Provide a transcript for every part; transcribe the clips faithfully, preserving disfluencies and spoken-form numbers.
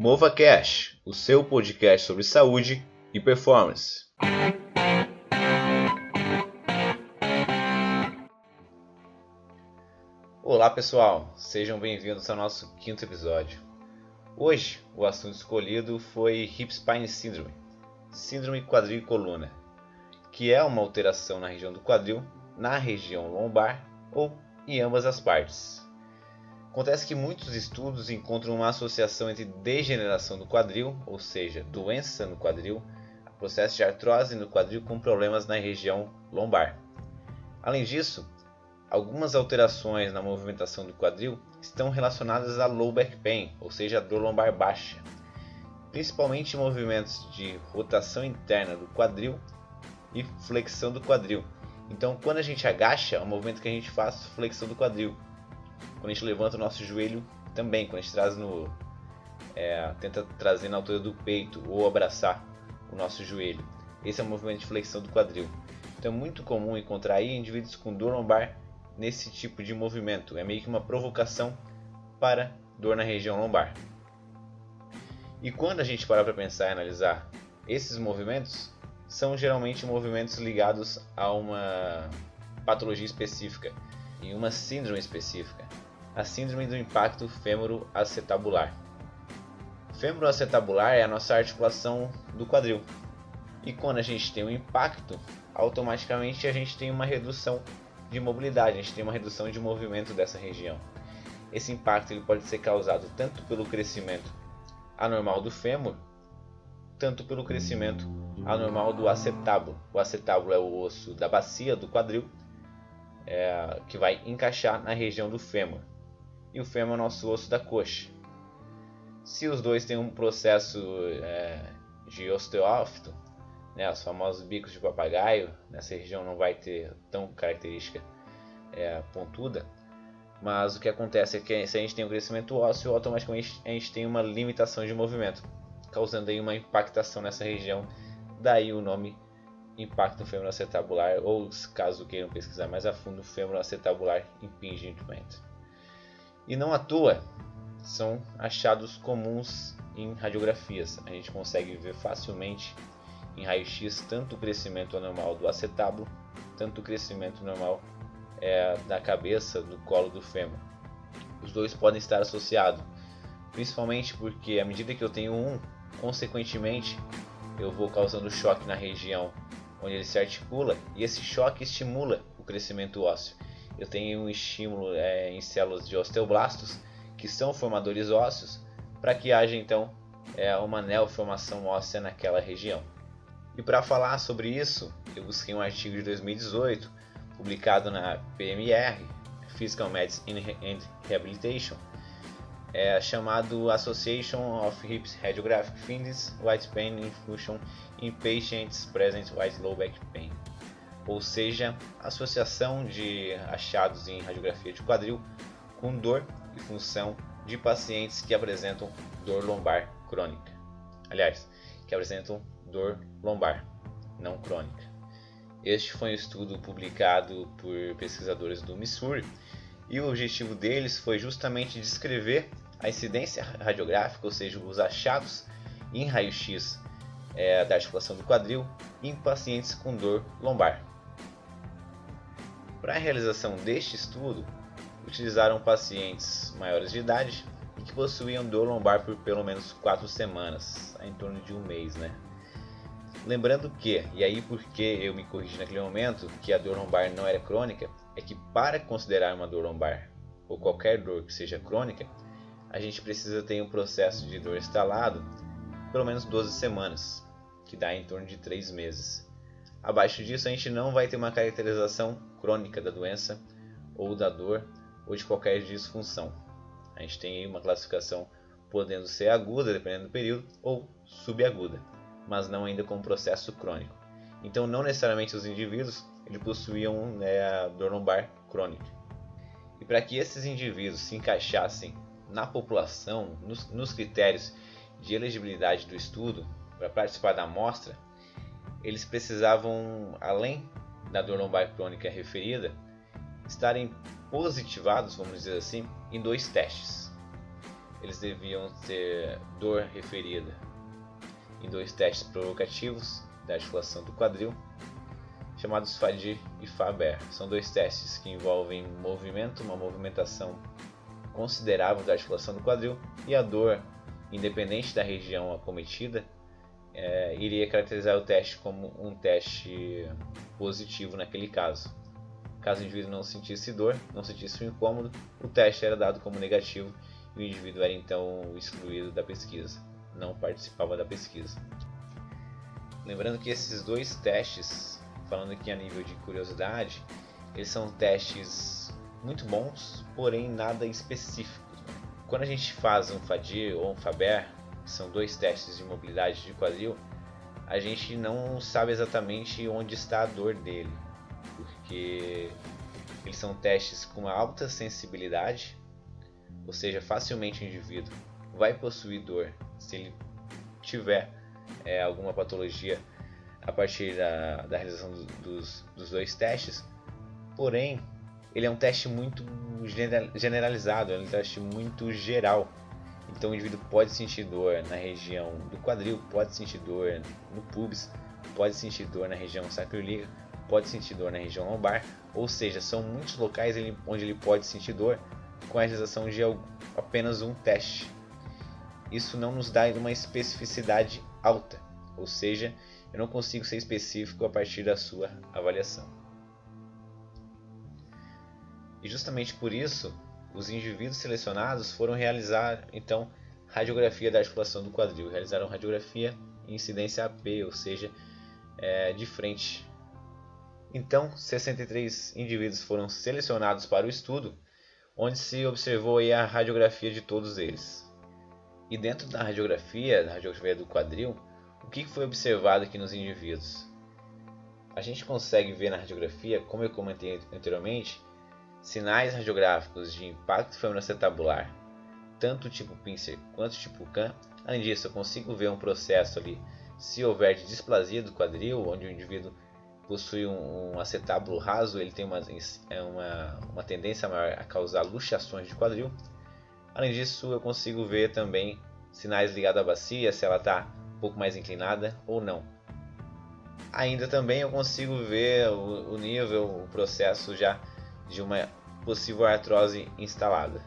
MovaCast, o seu podcast sobre saúde e performance. Olá pessoal, sejam bem-vindos ao nosso quinto episódio. Hoje o assunto escolhido foi Hip Spine Syndrome, síndrome quadril e coluna, que é uma alteração na região do quadril, na região lombar ou em ambas as partes. Acontece que muitos estudos encontram uma associação entre degeneração do quadril, ou seja, doença no quadril, processo de artrose no quadril com problemas na região lombar. Além disso, algumas alterações na movimentação do quadril estão relacionadas a low back pain, ou seja, a dor lombar baixa, principalmente movimentos de rotação interna do quadril e flexão do quadril. Então, quando a gente agacha, é um movimento que a gente faz flexão do quadril. Quando a gente levanta o nosso joelho, também, quando a gente traz no, é, tenta trazer na altura do peito ou abraçar o nosso joelho. Esse é um movimento de flexão do quadril. Então é muito comum encontrar aí indivíduos com dor lombar nesse tipo de movimento. É meio que uma provocação para dor na região lombar. E quando a gente para para pensar e analisar esses movimentos, são geralmente movimentos ligados a uma patologia específica e uma síndrome específica. A síndrome do impacto fêmuro-acetabular. Fêmuro-acetabular é a nossa articulação do quadril. E quando a gente tem um impacto, automaticamente a gente tem uma redução de mobilidade, a gente tem uma redução de movimento dessa região. Esse impacto ele pode ser causado tanto pelo crescimento anormal do fêmur, tanto pelo crescimento anormal do acetábulo. O acetábulo é o osso da bacia do quadril, é, que vai encaixar na região do fêmur. E o fêmur é o nosso osso da coxa. Se os dois têm um processo é, de osteófito, né, os famosos bicos de papagaio, nessa região não vai ter tão característica é, pontuda, mas o que acontece é que se a gente tem um crescimento ósseo, automaticamente a gente tem uma limitação de movimento, causando aí uma impactação nessa região, daí o nome impacto fêmuro-acetabular, ou caso queiram pesquisar mais a fundo, fêmuro-acetabular impingement. E não à toa, são achados comuns em radiografias. A gente consegue ver facilmente em raio-x tanto o crescimento anormal do acetábulo, tanto o crescimento normal é, da cabeça, do colo do fêmur. Os dois podem estar associados, principalmente porque à medida que eu tenho um, consequentemente eu vou causando choque na região onde ele se articula, e esse choque estimula o crescimento ósseo. Eu tenho um estímulo é, em células de osteoblastos, que são formadores ósseos, para que haja então é, uma neoformação óssea naquela região. E para falar sobre isso, eu busquei um artigo de dois mil e dezoito, publicado na P M R, Physical Medicine and Rehabilitation, é, chamado Association of Hip Radiographic Findings White Pain Infusion in Patients Present with Low Back Pain, ou seja, associação de achados em radiografia de quadril com dor e função de pacientes que apresentam dor lombar crônica. Aliás, que apresentam dor lombar, não crônica. Este foi um estudo publicado por pesquisadores do Missouri, e o objetivo deles foi justamente descrever a incidência radiográfica, ou seja, os achados em raio-x é, da articulação do quadril em pacientes com dor lombar. Para a realização deste estudo, utilizaram pacientes maiores de idade e que possuíam dor lombar por pelo menos quatro semanas, em torno de um mês, né? Lembrando que, e aí porque eu me corrigi naquele momento, que a dor lombar não era crônica, é que para considerar uma dor lombar, ou qualquer dor que seja crônica, a gente precisa ter um processo de dor instalado pelo menos doze semanas, que dá em torno de três meses. Abaixo disso a gente não vai ter uma caracterização crônica da doença, ou da dor, ou de qualquer disfunção. A gente tem aí uma classificação podendo ser aguda, dependendo do período, ou subaguda, mas não ainda com processo crônico. Então não necessariamente os indivíduos eles possuíam né, dor lombar crônica. E para que esses indivíduos se encaixassem na população, nos, nos critérios de elegibilidade do estudo, para participar da amostra, eles precisavam, além da dor lombar crônica referida, estarem positivados, vamos dizer assim, em dois testes. eles deviam ter dor referida em dois testes provocativos da articulação do quadril, chamados FADIR e FABER. São dois testes que envolvem movimento, uma movimentação considerável da articulação do quadril, e a dor, independente da região acometida, é, iria caracterizar o teste como um teste positivo naquele caso. Caso o indivíduo não sentisse dor, não sentisse um incômodo, o teste era dado como negativo e o indivíduo era então excluído da pesquisa, não participava da pesquisa. Lembrando que esses dois testes, falando aqui a nível de curiosidade, eles são testes muito bons, porém nada específicos. Quando a gente faz um FADIR ou um FABER, que são dois testes de mobilidade de quadril, a gente não sabe exatamente onde está a dor dele, porque eles são testes com uma alta sensibilidade, ou seja, facilmente o indivíduo vai possuir dor se ele tiver é, alguma patologia a partir da, da realização do, dos, dos dois testes. Porém, ele é um teste muito generalizado, é um teste muito geral. Então o indivíduo pode sentir dor na região do quadril, pode sentir dor no pubis, pode sentir dor na região sacroiliaca, pode sentir dor na região lombar, ou seja, são muitos locais onde ele pode sentir dor com a realização de apenas um teste. Isso não nos dá uma especificidade alta, ou seja, eu não consigo ser específico a partir da sua avaliação. E justamente por isso, os indivíduos selecionados foram realizar então radiografia da articulação do quadril, realizaram radiografia em incidência A P, ou seja, é, de frente. Então, sessenta e três indivíduos foram selecionados para o estudo, onde se observou aí a radiografia de todos eles. E dentro da radiografia, da radiografia do quadril, o que foi observado aqui nos indivíduos? A gente consegue ver na radiografia, como eu comentei anteriormente, sinais radiográficos de impacto femoroacetabular, tanto tipo pincer quanto tipo can. Além disso, eu consigo ver um processo ali, se houver de displasia do quadril, onde o indivíduo possui um, um acetábulo raso, ele tem uma, uma, uma tendência maior a causar luxações de quadril. Além disso, eu consigo ver também sinais ligados à bacia, se ela está um pouco mais inclinada ou não. Ainda também eu consigo ver o, o nível, o processo já de uma possível artrose instalada.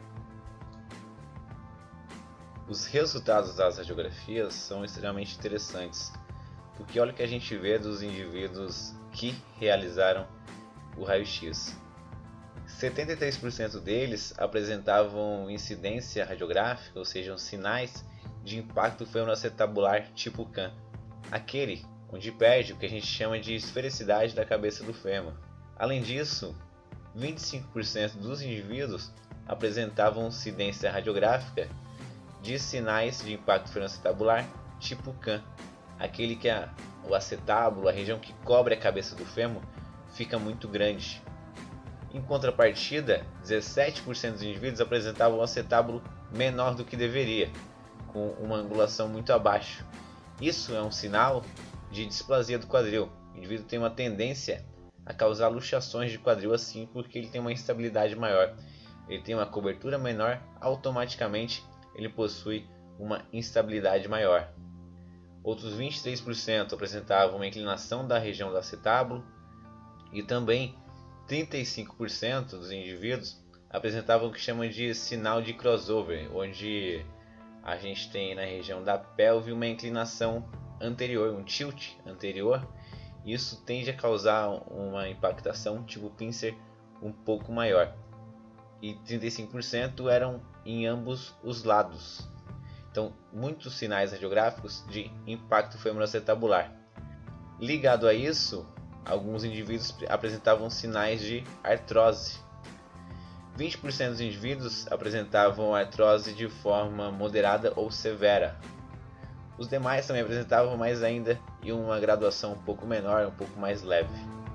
Os resultados das radiografias são extremamente interessantes, porque olha o que a gente vê dos indivíduos que realizaram o raio-x. setenta e três por cento deles apresentavam incidência radiográfica, ou seja, sinais de impacto femoroacetabular tipo can, aquele onde perde o que a gente chama de esfericidade da cabeça do fêmur. Além disso, vinte e cinco por cento dos indivíduos apresentavam incidência radiográfica de sinais de impacto femoroacetabular tipo can, aquele que a, o acetábulo, a região que cobre a cabeça do fêmur, fica muito grande. Em contrapartida, dezessete por cento dos indivíduos apresentavam um acetábulo menor do que deveria, com uma angulação muito abaixo. Isso é um sinal de displasia do quadril. O indivíduo tem uma tendência a causar luxações de quadril assim, porque ele tem uma instabilidade maior. Ele tem uma cobertura menor, automaticamente ele possui uma instabilidade maior. Outros vinte e três por cento apresentavam uma inclinação da região do acetábulo e também trinta e cinco por cento dos indivíduos apresentavam o que chamam de sinal de crossover, onde a gente tem na região da pelve uma inclinação anterior, um tilt anterior. Isso tende a causar uma impactação tipo pincer um pouco maior. E trinta e cinco por cento eram em ambos os lados. Então, muitos sinais radiográficos de impacto femoroacetabular. Ligado a isso, alguns indivíduos apresentavam sinais de artrose. vinte por cento dos indivíduos apresentavam artrose de forma moderada ou severa. Os demais também apresentavam, mais ainda, em uma graduação um pouco menor, um pouco mais leve.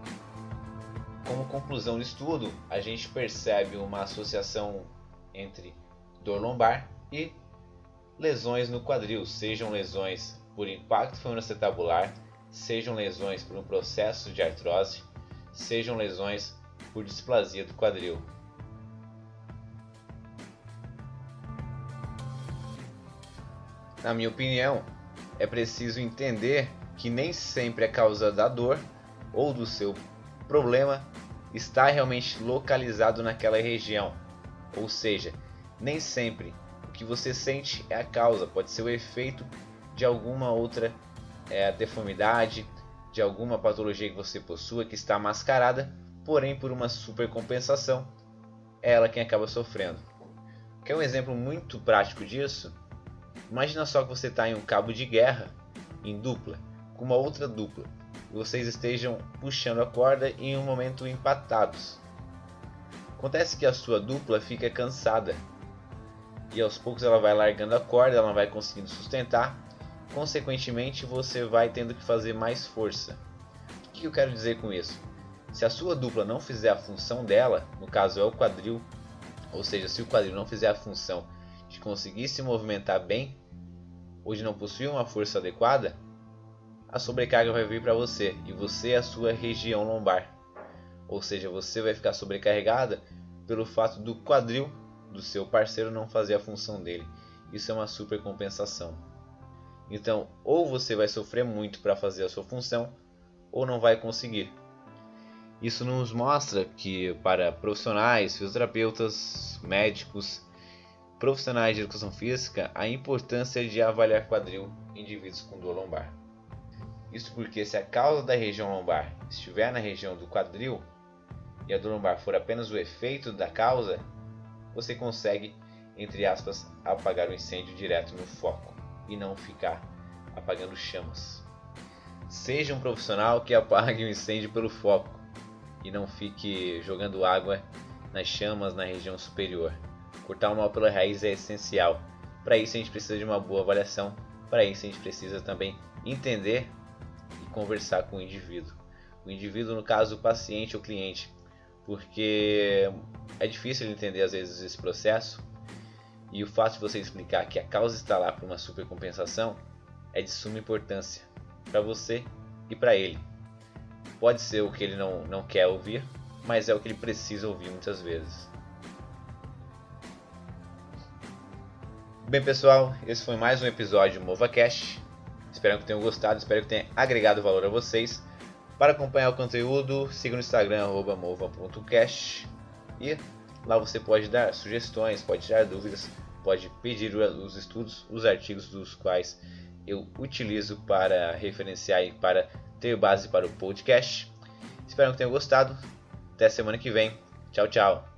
Como conclusão do estudo, a gente percebe uma associação entre dor lombar e lesões no quadril, sejam lesões por impacto femoroacetabular, sejam lesões por um processo de artrose, sejam lesões por displasia do quadril. Na minha opinião, é preciso entender que nem sempre a causa da dor ou do seu problema está realmente localizado naquela região. Ou seja, nem sempre o que você sente é a causa, pode ser o efeito de alguma outra é, deformidade, de alguma patologia que você possua que está mascarada, porém por uma supercompensação, é ela quem acaba sofrendo. Quer um exemplo muito prático disso? Imagina só que você está em um cabo de guerra, em dupla, com uma outra dupla, e vocês estejam puxando a corda e em um momento empatados. Acontece que a sua dupla fica cansada, e aos poucos ela vai largando a corda, ela não vai conseguindo sustentar, consequentemente você vai tendo que fazer mais força. O que eu quero dizer com isso? Se a sua dupla não fizer a função dela, no caso é o quadril, ou seja, se o quadril não fizer a função de conseguir se movimentar bem, ou de não possuir uma força adequada, a sobrecarga vai vir para você, e você é a sua região lombar. Ou seja, você vai ficar sobrecarregada pelo fato do quadril do seu parceiro não fazer a função dele. Isso é uma supercompensação. Então, ou você vai sofrer muito para fazer a sua função, ou não vai conseguir. Isso nos mostra que para profissionais, fisioterapeutas, médicos, profissionais de educação física, a importância de avaliar quadril em indivíduos com dor lombar. Isso porque se a causa da região lombar estiver na região do quadril e a dor lombar for apenas o efeito da causa, você consegue, entre aspas, apagar o incêndio direto no foco e não ficar apagando chamas. Seja um profissional que apague o incêndio pelo foco e não fique jogando água nas chamas na região superior. Cortar o mal pela raiz é essencial. Para isso a gente precisa de uma boa avaliação. Para isso a gente precisa também entender e conversar com o indivíduo. O indivíduo, no caso, o paciente ou cliente. Porque é difícil entender às vezes esse processo. E o fato de você explicar que a causa está lá por uma supercompensação é de suma importância para você e para ele. Pode ser o que ele não, não quer ouvir, mas é o que ele precisa ouvir muitas vezes. Bem, pessoal, esse foi mais um episódio do MovaCast. Espero que tenham gostado, espero que tenha agregado valor a vocês. Para acompanhar o conteúdo, siga no Instagram, arroba mova ponto cast. E lá você pode dar sugestões, pode tirar dúvidas, pode pedir os estudos, os artigos dos quais eu utilizo para referenciar e para ter base para o podcast. Espero que tenham gostado. Até semana que vem. Tchau, tchau.